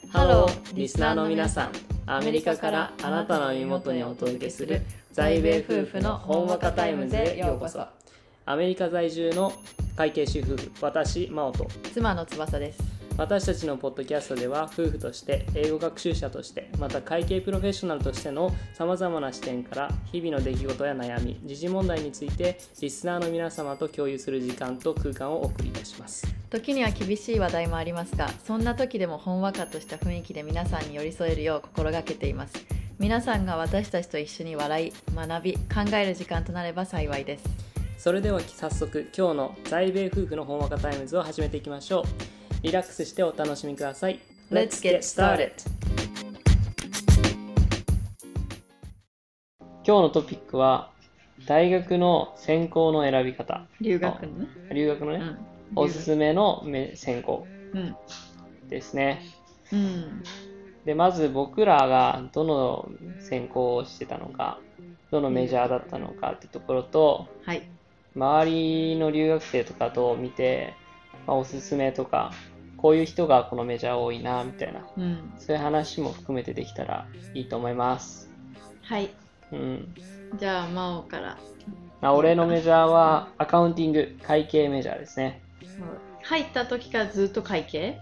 ハロー、リスナーの皆さん。アメリカからあなたの耳元にお届けする在米夫婦のほんわかタイムズへようこそ。アメリカ在住の会計主婦、私、真央と妻の翼です。 私たちのポッドキャストでは夫婦として、英語学習者として、また会計プロフェッショナルとしてのさまざまな視点から日々の出来事や悩み、時事問題についてリスナーの皆様と共有する時間と空間をお送りいたします。 時には厳しい話題もありますが、そんな時でもほんわかとした雰囲気で皆さんに寄り添えるよう心がけています。皆さんが私たちと一緒に笑い、学び、考える時間となれば幸いです。 それでは早速今日の在米夫婦のほんわかタイムズを始めていきましょう。リラックスしてお楽しみください。 Let's get started。 今日のトピックは大学の専攻の選び方。 留学のね、 おすすめの専攻ですね。でまず僕らがどの専攻をしてたのか、どのメジャーだったのかってところと、周りの留学生とかと見て、おすすめとか、こういう人がこのメジャー多いなみたいな、そういう話も含めてできたらいいと思います。 はい、じゃあ真央から。 俺のメジャーはアカウンティング、会計メジャーですね。 入った時からずっと会計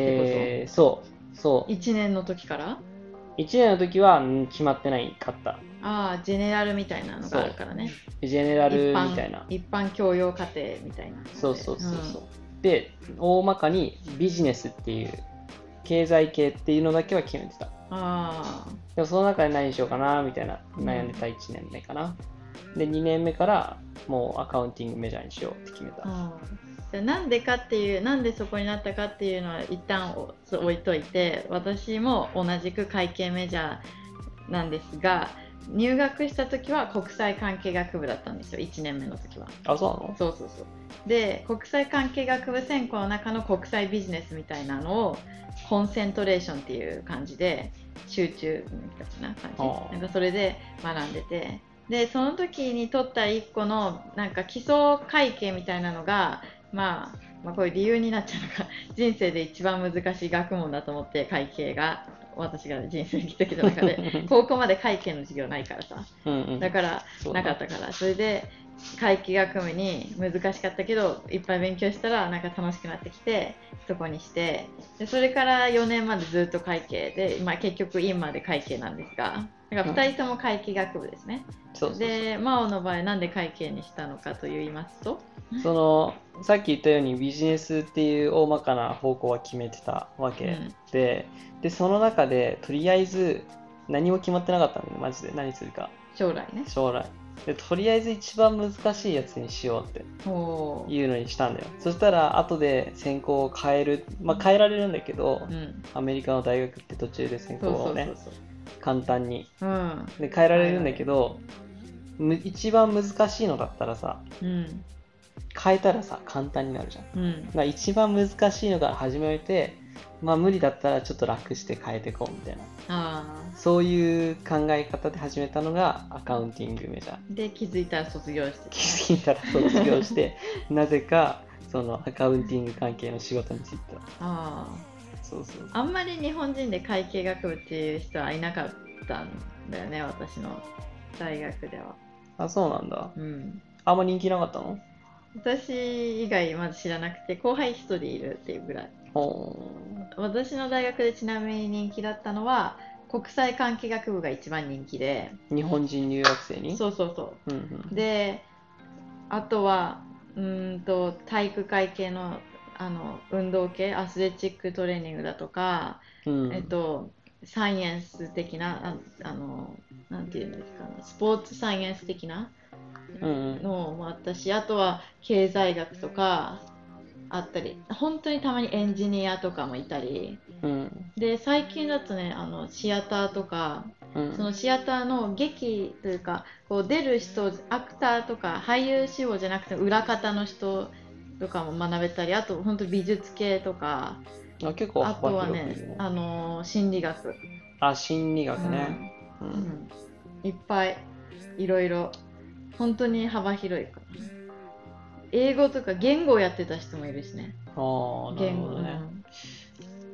そう 1年の時から。 1年の時は決まってないかった。 ジェネラルみたいなのがあるからね。 ジェネラルみたいな、 一般教養課程みたいな。 そう、で大まかにビジネスっていう経済系っていうのだけは決めてた。でもその中で何にしようかなみたいな悩んでた1年目かな。で2年目からもうアカウンティングメジャーにしようって決めた。 なんでかっていう、なんでそこになったかっていうのは一旦置いといて、私も同じく会計メジャーなんですが、入学した時は国際関係学部だったんですよ、1年目の時は。 そうなの？ そうで、国際関係学部専攻の中の国際ビジネスみたいなのをコンセントレーションっていう感じで集中みたいな感じ、なんかそれで学んでて、でその時に取った1個のなんか基礎会計みたいなのが、こういう理由になっちゃうのか、人生で一番難しい学問だと思って、会計が私が人生に来てきた中で高校まで会計の授業ないからさ、だからなかったから、それで会計学部に難しかったけどいっぱい勉強したらなんか楽しくなってきて、そこにして、でそれから4年までずっと会計で、結局院まで会計なんですが、だから2人とも会計学部ですね。で真央の場合なんで会計にしたのかと言いますと、 さっき言ったようにビジネスっていう大まかな方向は決めてたわけで、その中でとりあえず何も決まってなかったんだよ、マジで。何するか、将来でとりあえず一番難しいやつにしようっていうのにしたんだよ。そしたら後で専攻を変えられるんだけど、アメリカの大学って途中で専攻をね、簡単に、で変えられるんだけど、一番難しいのだったらさ、変えたらさ簡単になるじゃん。だから一番難しいのから始めて、無理だったらちょっと楽して変えていこうみたいな、そういう考え方で始めたのがアカウンティングメジャーで、 気づいたら卒業してなぜかそのアカウンティング関係の仕事に就いた。 あんまり日本人で会計学部っていう人はいなかったんだよね、私の大学では。 そうなんだ。あんま人気なかったの？ 私以外まず知らなくて、後輩一人いるっていうぐらい。私の大学でちなみに人気だったのは国際関係学部が一番人気で、 日本人留学生に。 であとは体育会系の運動系、アスレチックトレーニングだとか、サイエンス的ななんていうんですかね、スポーツサイエンス的なのもあったし、あとは経済学とかあったり、本当にたまにエンジニアとかもいたり、で最近だとね、シアターとか、そのシアターの劇というか、こう出る人、アクターとか俳優志望じゃなくて裏方の人とかも学べたり、あと本当美術系とか、 結構あとはね、心理学。 心理学ね、 いっぱいいろいろ本当に幅広いから、英語とか言語をやってた人もいるしね。 なるほどね。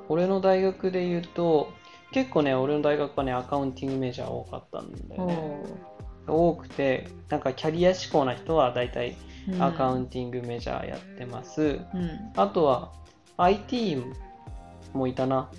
俺の大学で言うと、結構ね、俺の大学はね、アカウンティングメジャー多かったんだよね。多くて、なんかキャリア志向な人は大体アカウンティングメジャーやってます。あとは IT もいたな。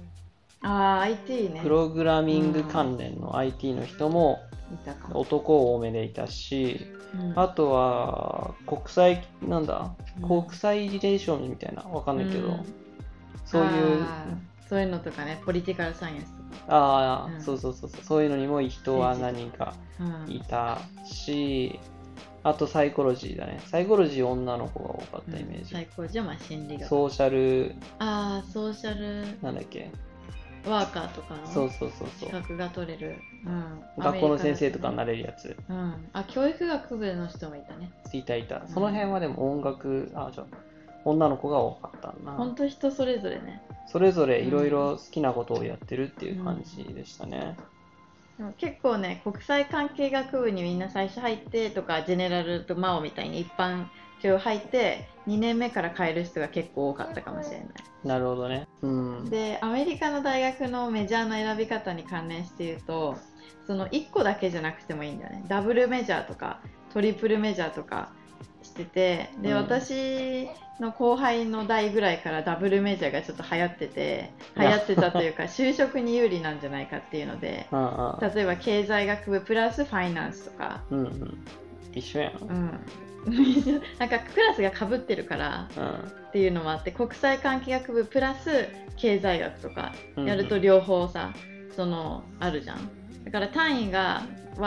IT ね。 プログラミング関連の IT の人も男多めでいたし、あとは国際リレーションみたいな、わかんないけど、そういうのとかね、ポリティカルサイエンスとか。 そういうのにも人は何人かいたし、あとサイコロジーだね。サイコロジー女の子が多かったイメージ。 サイコロジーは心理学。 ソーシャル。 なんだっけ。 ワーカーとかの資格が取れる。 学校の先生とかになれるやつ。 教育学部の人もいたね。 いた。その辺はでも音楽、女の子が多かったな。 ほんと人それぞれね。 それぞれいろいろ好きなことをやってるっていう感じでしたね。 でも結構ね、国際関係学部にみんな最初入ってとか、ジェネラルとマオみたいに一般教入って2年目から変える人が結構多かったかもしれない。 なるほどね。 で、アメリカの大学のメジャーの選び方に関連して言うと、その1個だけじゃなくてもいいんだよね。ダブルメジャーとかトリプルメジャーとかしてて、で、私の後輩の代ぐらいからダブルメジャーがちょっと流行ってたというか就職に有利なんじゃないかっていうので例えば経済学部プラスファイナンスとか、 一緒やん、 なんかクラスがかぶってるからっていうのもあって、国際関係学部プラス経済学とかやると両方さ、あるじゃん。だから単位は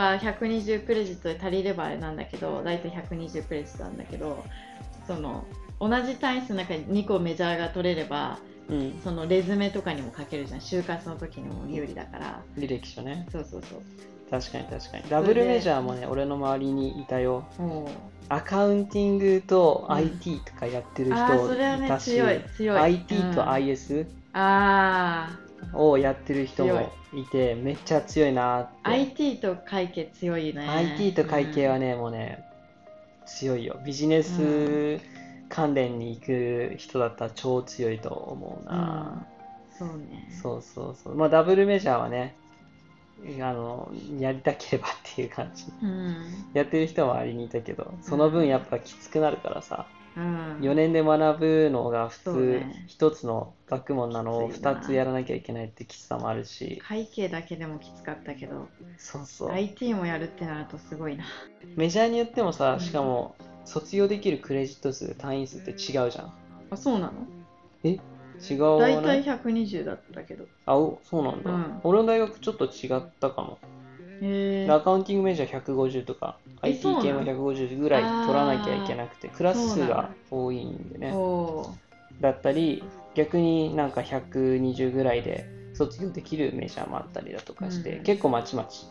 120クレジットで足りればあれなんだけど、大体120クレジットなんだけど、同じ単位数の中に2個メジャーが取れれば、そのレズメとかにも書けるじゃん。就活の時にも有利だから。 履歴書ね。 そう。 確かに。ダブルメジャーもね、俺の周りにいたよ。アカウンティングと IT とかやってる人いたし、IT と IS をやってる人もいて、めっちゃ強いなって。 IT と会計強いね。 IT と会計はね、もうね、強いよ。ビジネス関連に行く人だったら超強いと思うな。 そうね。 そう。まあダブルメジャーはね、やりたければっていう感じ。やってる人も周りにいたけど、その分やっぱきつくなるからさ。4年で学ぶのが普通、1つの学問なのを2つやらなきゃいけないってきつさもあるし、 会計だけでもきつかったけど、 そう IT もやるってなるとすごいな。 メジャーによってもさ、しかも卒業できるクレジット数、単位数って違うじゃん。 そうなの？ 違うね。 大体120だったけど。 そうなんだ。俺の大学ちょっと違ったかも。アカウンティングメジャー150とか IT 系も150ぐらい取らなきゃいけなくて、クラス数が多いんでね。だったり、逆になんか120ぐらいで卒業できるメジャーもあったりだとかして、結構まちまち。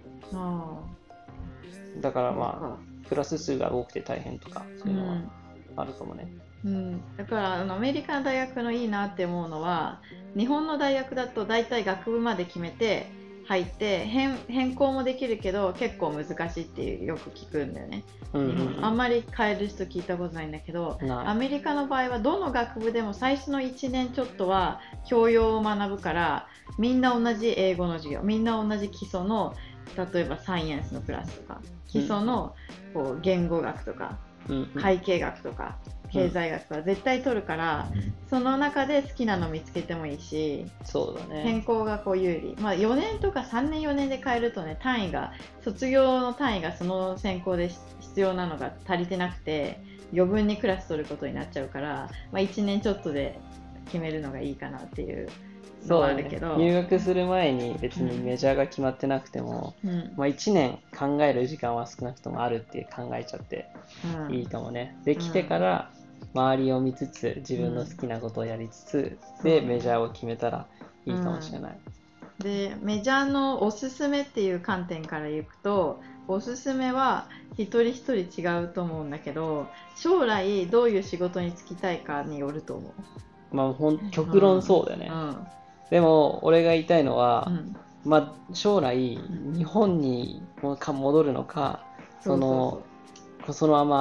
だからまあクラス数が多くて大変とかそういうのはあるかもね。 だからアメリカの大学のいいなって思うのは、日本の大学だと大体学部まで決めて入って変更もできるけど結構難しいってよく聞くんだよね。あんまり変える人聞いたことないんだけど、アメリカの場合はどの学部でも最初の1年ちょっとは教養を学ぶから、みんな同じ英語の授業、みんな同じ基礎の例えばサイエンスのクラスとか基礎のこう言語学とか会計学とか経済学は絶対取るから、その中で好きなの見つけてもいいし、 そうだね、 変更がこう有利。4年とか3年4年で変えるとね、卒業の単位がその専攻で必要なのが足りてなくて余分にクラス取ることになっちゃうから、1年ちょっとで決めるのがいいかなっていうのはあるけど、 入学する前に別にメジャーが決まってなくても、1年考える時間は少なくともあるって考えちゃっていいかもね。できてから周りを見つつ自分の好きなことをやりつつ、でメジャーを決めたらいいかもしれない。 でメジャーのおすすめっていう観点からいくと、おすすめは一人一人違うと思うんだけど、将来どういう仕事に就きたいかによると思う。 極論そうだよね。でも俺が言いたいのは、将来日本に戻るのか、そのまま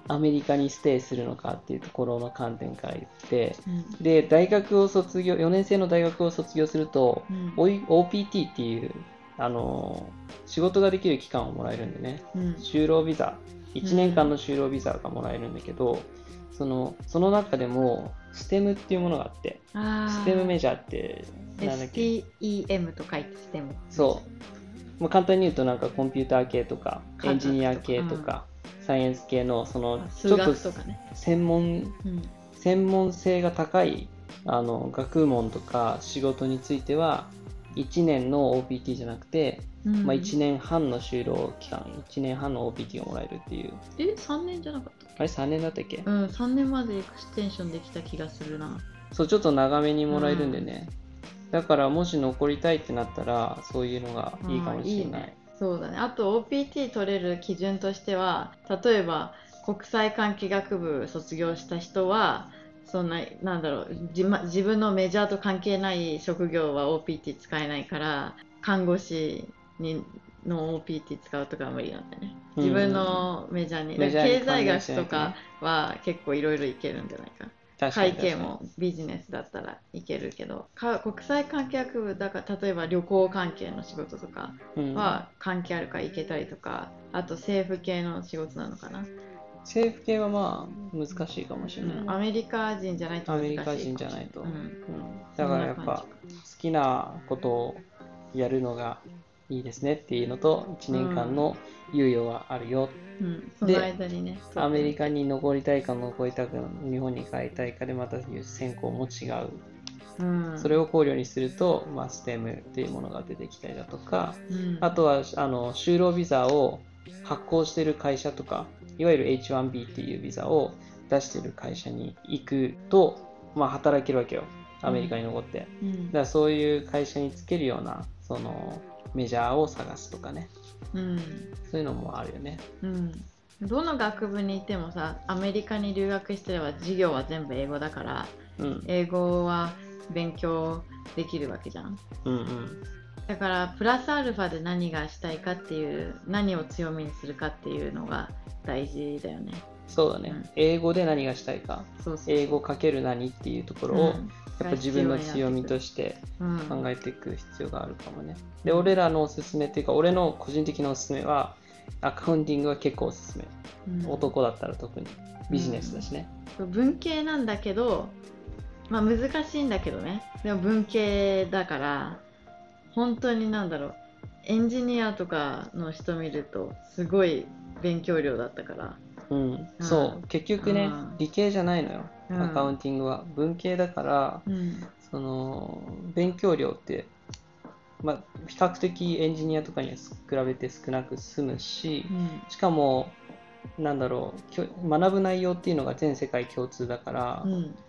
アメリカにステイするのかっていうところの観点から言って、 うんで、4年生の大学を卒業すると、 うん OPT っていう、仕事ができる期間をもらえるんでね、 うん就労ビザ、1年間の就労ビザがもらえるんだけど、その中でも、STEM っていうものがあって、STEM メジャーって、なんだっけ STEM と書いて STEM。 そう。簡単に言うと、なんかコンピューター系とか、エンジニア系とか、サイエンス系の、ちょ数っと学とかね。 専門性が高い学問とか仕事については、1年の OPT じゃなくて、1年半の就労期間、1年半の OPT がもらえるっていう。 3年じゃなかったっけ？ あれ3年だったっけ？ 3年までエクステンションできた気がするな。 そう、ちょっと長めにもらえるんでね。だからもし残りたいってなったら、そういうのがいいかもしれない。 いいね。そうだね。あと OPT 取れる基準としては、例えば国際関係学部卒業した人は、そんな、なんだろう、自分のメジャーと関係ない職業は OPT 使えないから、看護師の OPT 使うとかは無理なんだね。自分のメジャーに。だから経済学とかは結構いろいろいけるんじゃないか。会計もビジネスだったらいけるけど、国際関係学部だから例えば旅行関係の仕事とかは関係あるからいけたりとか、あと政府系の仕事なのかな。 政府系はまあ難しいかもしれない、 アメリカ人じゃないと難しい。 アメリカ人じゃないと、だからやっぱ好きなことをやるのがいいですねっていうのと、1年間の猶予はあるよ、 その間にね、 アメリカに残りたいか残りたく日本に帰りたいかでまた選考も違う、それを考慮にすると、STEM っていうものが出てきたりだとか、あとは就労ビザを発行している会社とか、いわゆる H1B っていうビザを出している会社に行くと、働けるわけよ、アメリカに残って、だからそういう会社につけるようなそのメジャーを探すとかね、そういうのもあるよね。 どの学部にいてもさ、アメリカに留学してれば授業は全部英語だから、英語は勉強できるわけじゃん。だからプラスアルファで何がしたいかっていう、何を強みにするかっていうのが大事だよね。 そうだね、英語で何がしたいか、英語かける何っていうところを、やっぱ自分の強みとして考えていく必要があるかもね。で、俺らのおすすめっていうか、俺の個人的なおすすめは、アカウンティングは結構おすすめ。男だったら特に。ビジネスだしね。 文系なんだけど、難しいんだけどね。でも文系だから、本当にエンジニアとかの人見ると、すごい勉強量だったから。 そう、結局ね、理系じゃないのよ、アカウンティングは。文系だから、その勉強量って、比較的エンジニアとかには比べて少なく済むし、しかも、学ぶ内容っていうのが全世界共通だから、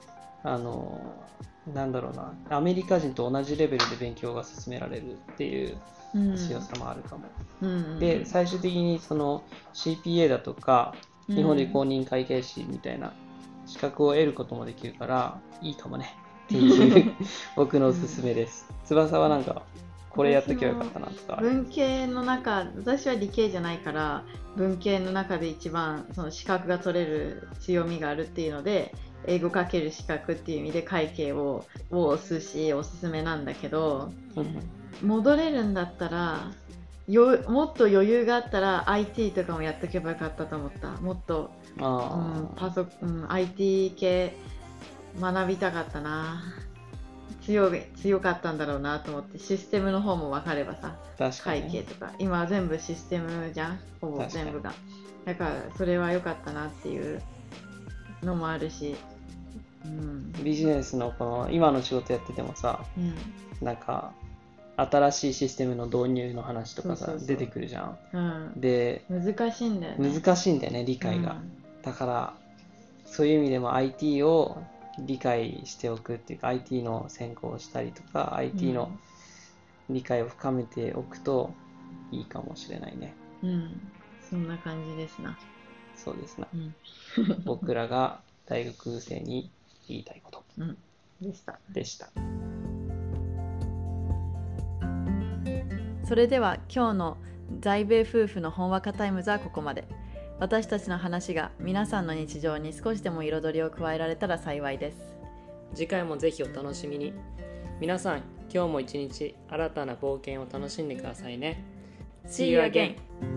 アメリカ人と同じレベルで勉強が進められるっていう強さもあるかも。で、最終的にその CPA だとか、日本で公認会計士みたいな資格を得ることもできるからいいかもねっていう僕のおすすめです。翼はこれやっときゃよかったなとか。 文系の中、私は理系じゃないから文系の中で一番その資格が取れる強みがあるっていうので、英語かける資格っていう意味で会計を押すしおすすめなんだけど、戻れるんだったらもっと余裕があったら IT とかもやっとけばよかったと思った。もっと、IT 系学びたかったな。強かったんだろうなと思って、システムの方も分かればさ、会計とか今は全部システムじゃん、ほぼ全部が。だからそれは良かったなっていうのもあるし、 ビジネスのこの今の仕事やっててもさ、新しいシステムの導入の話とかさ、出てくるじゃん。で、 難しいんだよね。 難しいんだよね、理解が。だから、そういう意味でも IT を理解しておくっていうか、IT の専攻をしたりとか、IT の理解を深めておくといいかもしれないね。 そんな感じですな。 そうですな。僕らが大学生に言いたいこと、でした。 それでは今日の在米夫婦のほんわかタイムズはここまで。 私たちの話が皆さんの日常に少しでも彩りを加えられたら幸いです。 次回もぜひお楽しみに。皆さん、今日も一日新たな冒険を楽しんでくださいね。 See you again!